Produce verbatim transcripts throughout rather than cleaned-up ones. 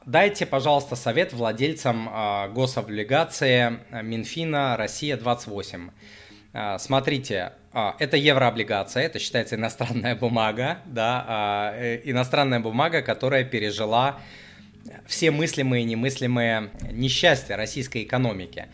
Дайте, пожалуйста, совет владельцам гособлигации Минфина Россия двадцать восемь. Смотрите, это еврооблигация, это считается иностранная бумага, да, иностранная бумага, которая пережила все мыслимые и немыслимые несчастья российской экономики.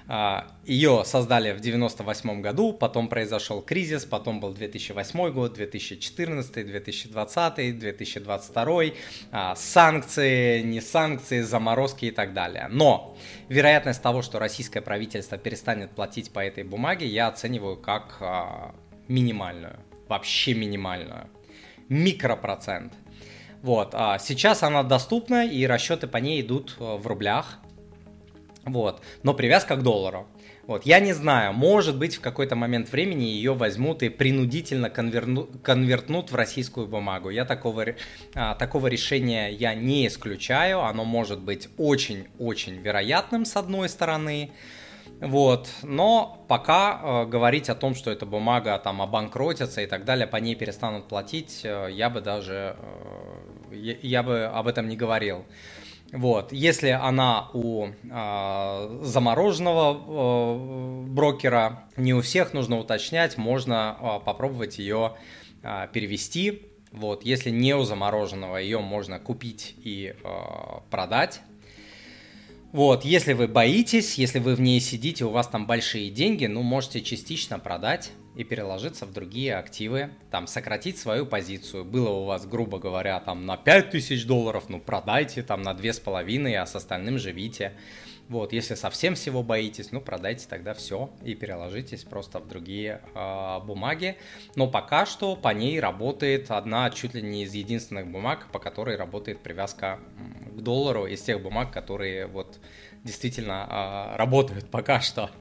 Ее создали в девяносто восьмом году, потом произошел кризис, потом был две тысячи восьмой год, две тысячи четырнадцатый, две тысячи двадцатый, две тысячи двадцать второй, санкции, не санкции, заморозки и так далее. Но вероятность того, что российское правительство перестанет платить по этой бумаге, я оцениваю как минимальную, вообще минимальную, микропроцент. Вот, сейчас она доступна, и расчеты по ней идут в рублях. Вот, но привязка к доллару. Вот, я не знаю, может быть, в какой-то момент времени ее возьмут и принудительно конверну, конвертнут в российскую бумагу. Я такого, а, такого решения я не исключаю. Оно может быть очень-очень вероятным с одной стороны. Вот, но пока э, говорить о том, что эта бумага там обанкротится и так далее, по ней перестанут платить, э, я бы даже э, я, я бы об этом не говорил. Вот, если она у э, замороженного э, брокера, не у всех, нужно уточнять, можно э, попробовать ее э, перевести. Вот, если не у замороженного, ее можно купить и э, продать. Вот, если вы боитесь, если вы в ней сидите, у вас там большие деньги, ну, можете частично продать и переложиться в другие активы, там, сократить свою позицию. Было у вас, грубо говоря, там, на пять тысяч долларов, ну, продайте, там, на две с половиной, а с остальным живите. Вот, если совсем всего боитесь, ну, продайте тогда все и переложитесь просто в другие э, бумаги. Но пока что по ней работает одна чуть ли не из единственных бумаг, по которой работает привязка к доллару, из тех бумаг, которые вот действительно э, работают пока что.